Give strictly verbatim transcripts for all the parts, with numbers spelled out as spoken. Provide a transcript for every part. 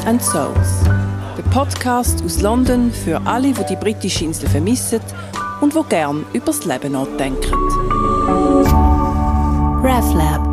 and Souls. Der Podcast aus London für alle, die die britische Insel vermissen und die gerne über das Leben nachdenken. RevLab.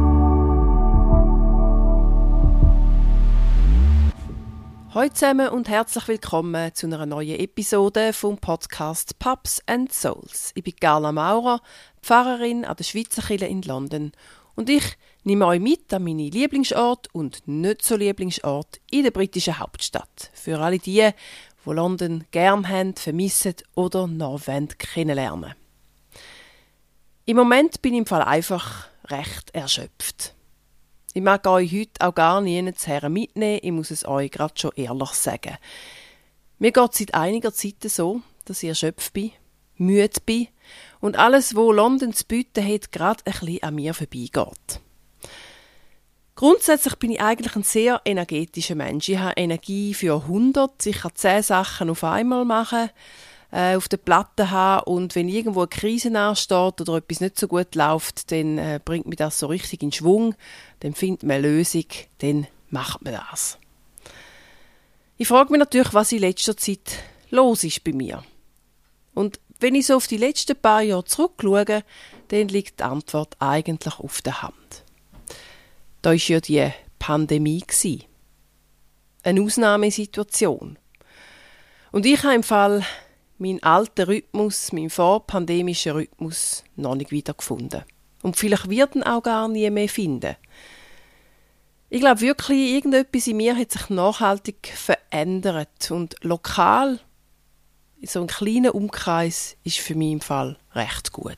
Hallo zusammen und herzlich willkommen zu einer neuen Episode vom Podcast Pubs and Souls. Ich bin Carla Maurer, Pfarrerin an der Schweizer Kirche in London und ich nehme euch mit an meine Lieblingsort und nicht so Lieblingsort in der britischen Hauptstadt. Für alle die, die London gern haben, vermissen oder noch kennenlernen wollen. Im Moment bin ich im Fall einfach recht erschöpft. Ich mag euch heute auch gar nicht her mitnehmen, ich muss es euch gerade schon ehrlich sagen. Mir geht es seit einiger Zeit so, dass ich erschöpft bin, müde bin und alles, was London zu bieten hat, gerade ein bisschen an mir vorbeigeht. Grundsätzlich bin ich eigentlich ein sehr energetischer Mensch. Ich habe Energie für hundert, ich kann zehn Sachen auf einmal machen, äh, auf der Platte haben und wenn irgendwo eine Krise ansteht oder etwas nicht so gut läuft, dann äh, bringt mich das so richtig in Schwung, dann findet man eine Lösung, dann macht man das. Ich frage mich natürlich, was in letzter Zeit los ist bei mir. Und wenn ich so auf die letzten paar Jahre zurückschaue, dann liegt die Antwort eigentlich auf der Hand. Da war ja die Pandemie. Eine Ausnahmesituation. Und ich habe im Fall meinen alten Rhythmus, meinen vorpandemischen Rhythmus noch nicht wiedergefunden. Und vielleicht wird ihn auch gar nie mehr finden. Ich glaube wirklich, irgendetwas in mir hat sich nachhaltig verändert. Und lokal, in so einem kleinen Umkreis, ist für mich im Fall recht gut.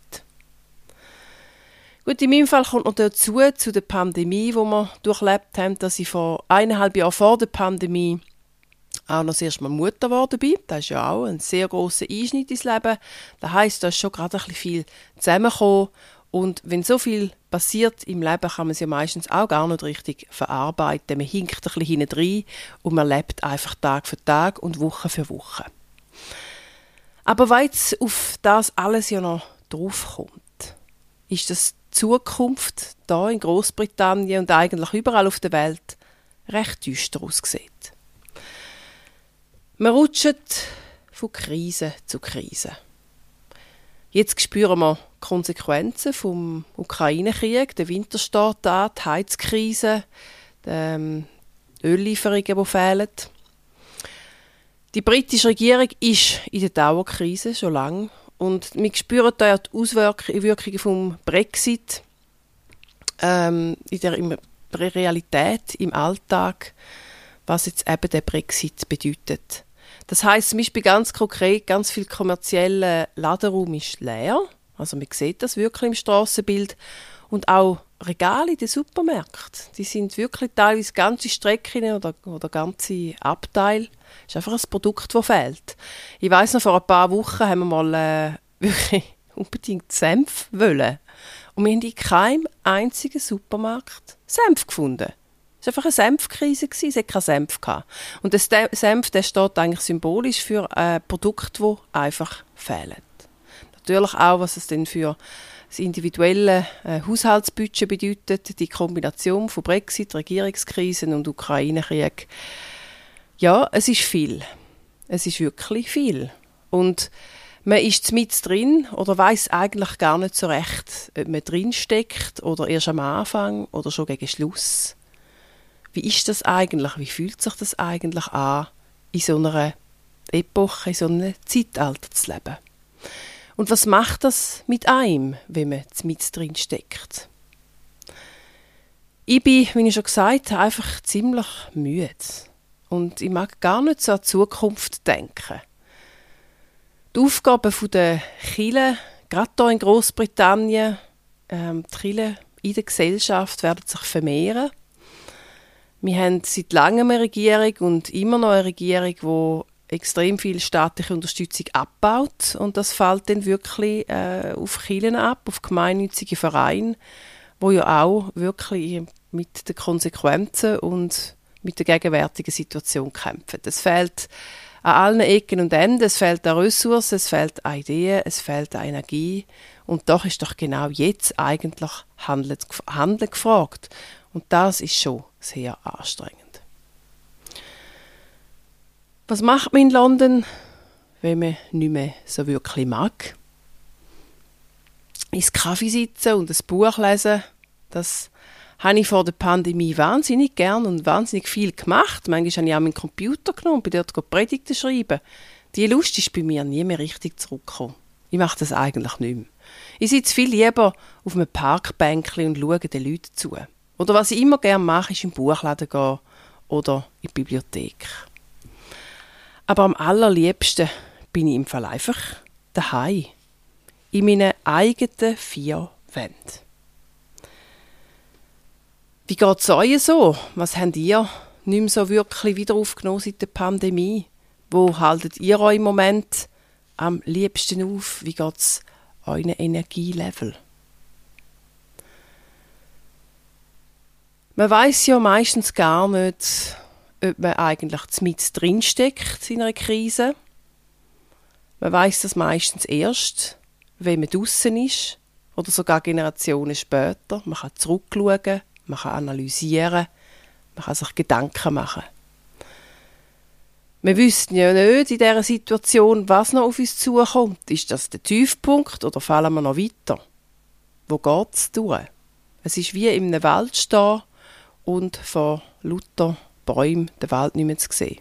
Gut, in meinem Fall kommt noch dazu, zu der Pandemie, die wir durchlebt haben, dass ich vor eineinhalb Jahren vor der Pandemie auch noch das erste Mal Mutter geworden bin. Das ist ja auch ein sehr grosser Einschnitt ins Leben. Das heisst, da ist schon gerade ein bisschen viel zusammengekommen. Und wenn so viel passiert im Leben, kann man es ja meistens auch gar nicht richtig verarbeiten. Man hinkt ein bisschen hinten rein und man lebt einfach Tag für Tag und Woche für Woche. Aber weil jetzt auf das alles ja noch draufkommt, ist das Zukunft da in Großbritannien und eigentlich überall auf der Welt recht düster aussieht. Wir rutschen von Krise zu Krise. Jetzt spüren wir die Konsequenzen vom Ukraine-Krieg, der Winter steht an, die Heizkrise, die ähm, Öllieferungen, die fehlen. Die britische Regierung ist in der Dauerkrise schon lange. Und wir spüren da ja die Auswirkungen vom Brexit ähm, in der in der Realität, im Alltag, was jetzt eben der Brexit bedeutet. Das heisst zum Beispiel ganz konkret, ganz viel kommerzieller Ladenraum ist leer. Also man sieht das wirklich im Strassenbild. Und auch Regale in den Supermärkten, die sind wirklich teilweise ganze Strecken oder, oder ganze Abteile. Das ist einfach ein Produkt, das fehlt. Ich weiss noch, vor ein paar Wochen haben wir mal äh, wirklich unbedingt Senf wollen. Und wir haben in keinem einzigen Supermarkt Senf gefunden. Es war einfach eine Senfkrise, es hatte keinen Senf gehabt. Und der Senf, der steht eigentlich symbolisch für ein Produkt, das einfach fehlt. Natürlich auch, was es denn für das individuelle äh, Haushaltsbudget bedeutet, die Kombination von Brexit, Regierungskrisen und Ukraine-Krieg. Ja, es ist viel. Es ist wirklich viel. Und man ist mit drin oder weiss eigentlich gar nicht so recht, ob man drin steckt oder erst am Anfang oder schon gegen Schluss. Wie ist das eigentlich? Wie fühlt sich das eigentlich an, in so einer Epoche, in so einem Zeitalter zu leben? Und was macht das mit einem, wenn man mit drin steckt? Ich bin, wie ich schon gesagt habe, einfach ziemlich müde. Und ich mag gar nicht so an die Zukunft denken. Die Aufgaben der Kirche, gerade hier in Großbritannien, ähm, die Kirche in der Gesellschaft werden sich vermehren. Wir haben seit langem eine Regierung und immer noch eine Regierung, die extrem viel staatliche Unterstützung abbaut. Und das fällt dann wirklich äh, auf Kirchen ab, auf gemeinnützige Vereine, wo ja auch wirklich mit den Konsequenzen und mit der gegenwärtigen Situation kämpfen. Es fehlt an allen Ecken und Enden, es fehlt an Ressourcen, es fehlt an Ideen, es fehlt an Energie. Und doch ist doch genau jetzt eigentlich Handeln, Handeln gefragt. Und das ist schon sehr anstrengend. Was macht man in London, wenn man nicht mehr so wirklich mag? Ins Kaffee sitzen und ein Buch lesen, das habe ich vor der Pandemie wahnsinnig gern und wahnsinnig viel gemacht. Manchmal habe ich auch meinen Computer genommen und bin dort Predigten schreiben. Die Lust ist bei mir nie mehr richtig zurückgekommen. Ich mache das eigentlich nicht mehr. Ich sitze viel lieber auf einem Parkbänkchen und schaue den Leuten zu. Oder was ich immer gerne mache, ist im Buchladen gehen oder in die Bibliothek. Aber am allerliebsten bin ich im Fall einfach daheim. In meinen eigenen vier Wänden. Wie geht es euch so? Was habt ihr nicht mehr so wirklich wieder aufgenommen seit der Pandemie? Wo haltet ihr euch im Moment am liebsten auf? Wie geht es euren Energielevel? Man weiss ja meistens gar nicht, ob man eigentlich mit drin steckt in einer Krise. Man weiss das meistens erst, wenn man draussen ist oder sogar Generationen später. Man kann zurückschauen, man kann analysieren, man kann sich Gedanken machen. Wir wüssten ja nicht in dieser Situation, was noch auf uns zukommt. Ist das der Tiefpunkt oder fallen wir noch weiter? Wo geht es durch? Es ist wie in einem Wald stehen und vor lauter Bäumen den Wald nicht mehr zu sehen.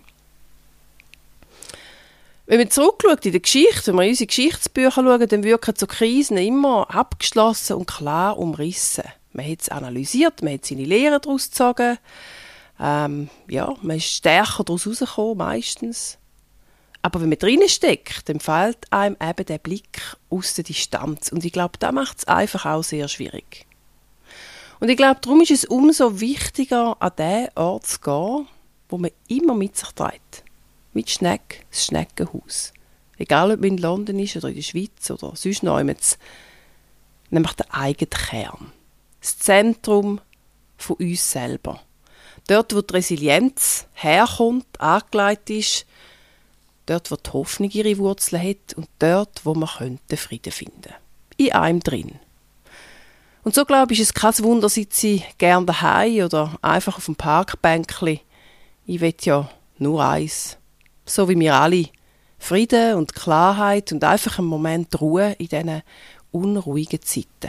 Wenn man zurückschaut in der Geschichte, wenn wir in unsere Geschichtsbücher schauen, dann wirken so Krisen immer abgeschlossen und klar umrissen. Man hat es analysiert, man hat seine Lehren daraus gezogen. Ähm, ja, man ist stärker daraus herausgekommen, meistens. Aber wenn man drinnen steckt, dann fehlt einem eben der Blick aus der Distanz. Und ich glaube, das macht es einfach auch sehr schwierig. Und ich glaube, darum ist es umso wichtiger, an den Ort zu gehen, wo man immer mit sich trägt. Mit Schneck, das Schneckenhaus. Egal, ob man in London ist oder in der Schweiz oder sonst noch immer. Nämlich der eigene Kern. Das Zentrum von uns selber. Dort, wo die Resilienz herkommt, angelegt ist, dort, wo die Hoffnung ihre Wurzeln hat und dort, wo man den Frieden finden könnte. In einem drin. Und so, glaube ich, ist es kein Wunder, sitze ich gerne daheim oder einfach auf dem Parkbänkchen. Ich will ja nur eins. So wie wir alle. Frieden und Klarheit und einfach einen Moment Ruhe in diesen unruhigen Zeiten.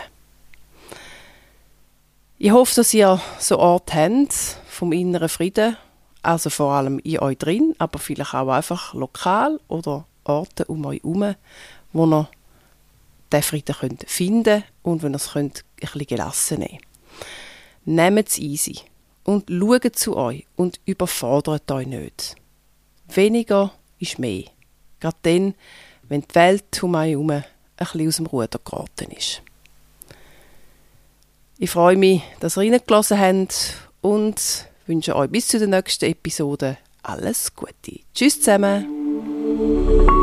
Ich hoffe, dass ihr so Orte habt vom inneren Frieden, also vor allem in euch drin, aber vielleicht auch einfach lokal oder Orte um euch herum, wo ihr diesen Frieden könnt finden und wo ihr es könnt ein bisschen gelassen nehmen könnt. Nehmt es easy und schaut zu euch und überfordert euch nicht. Weniger ist mehr. Gerade dann, wenn die Welt um euch herum ein bisschen aus dem Ruder geraten ist. Ich freue mich, dass ihr reingelassen habt und wünsche euch bis zu der nächsten Episode alles Gute. Tschüss zusammen!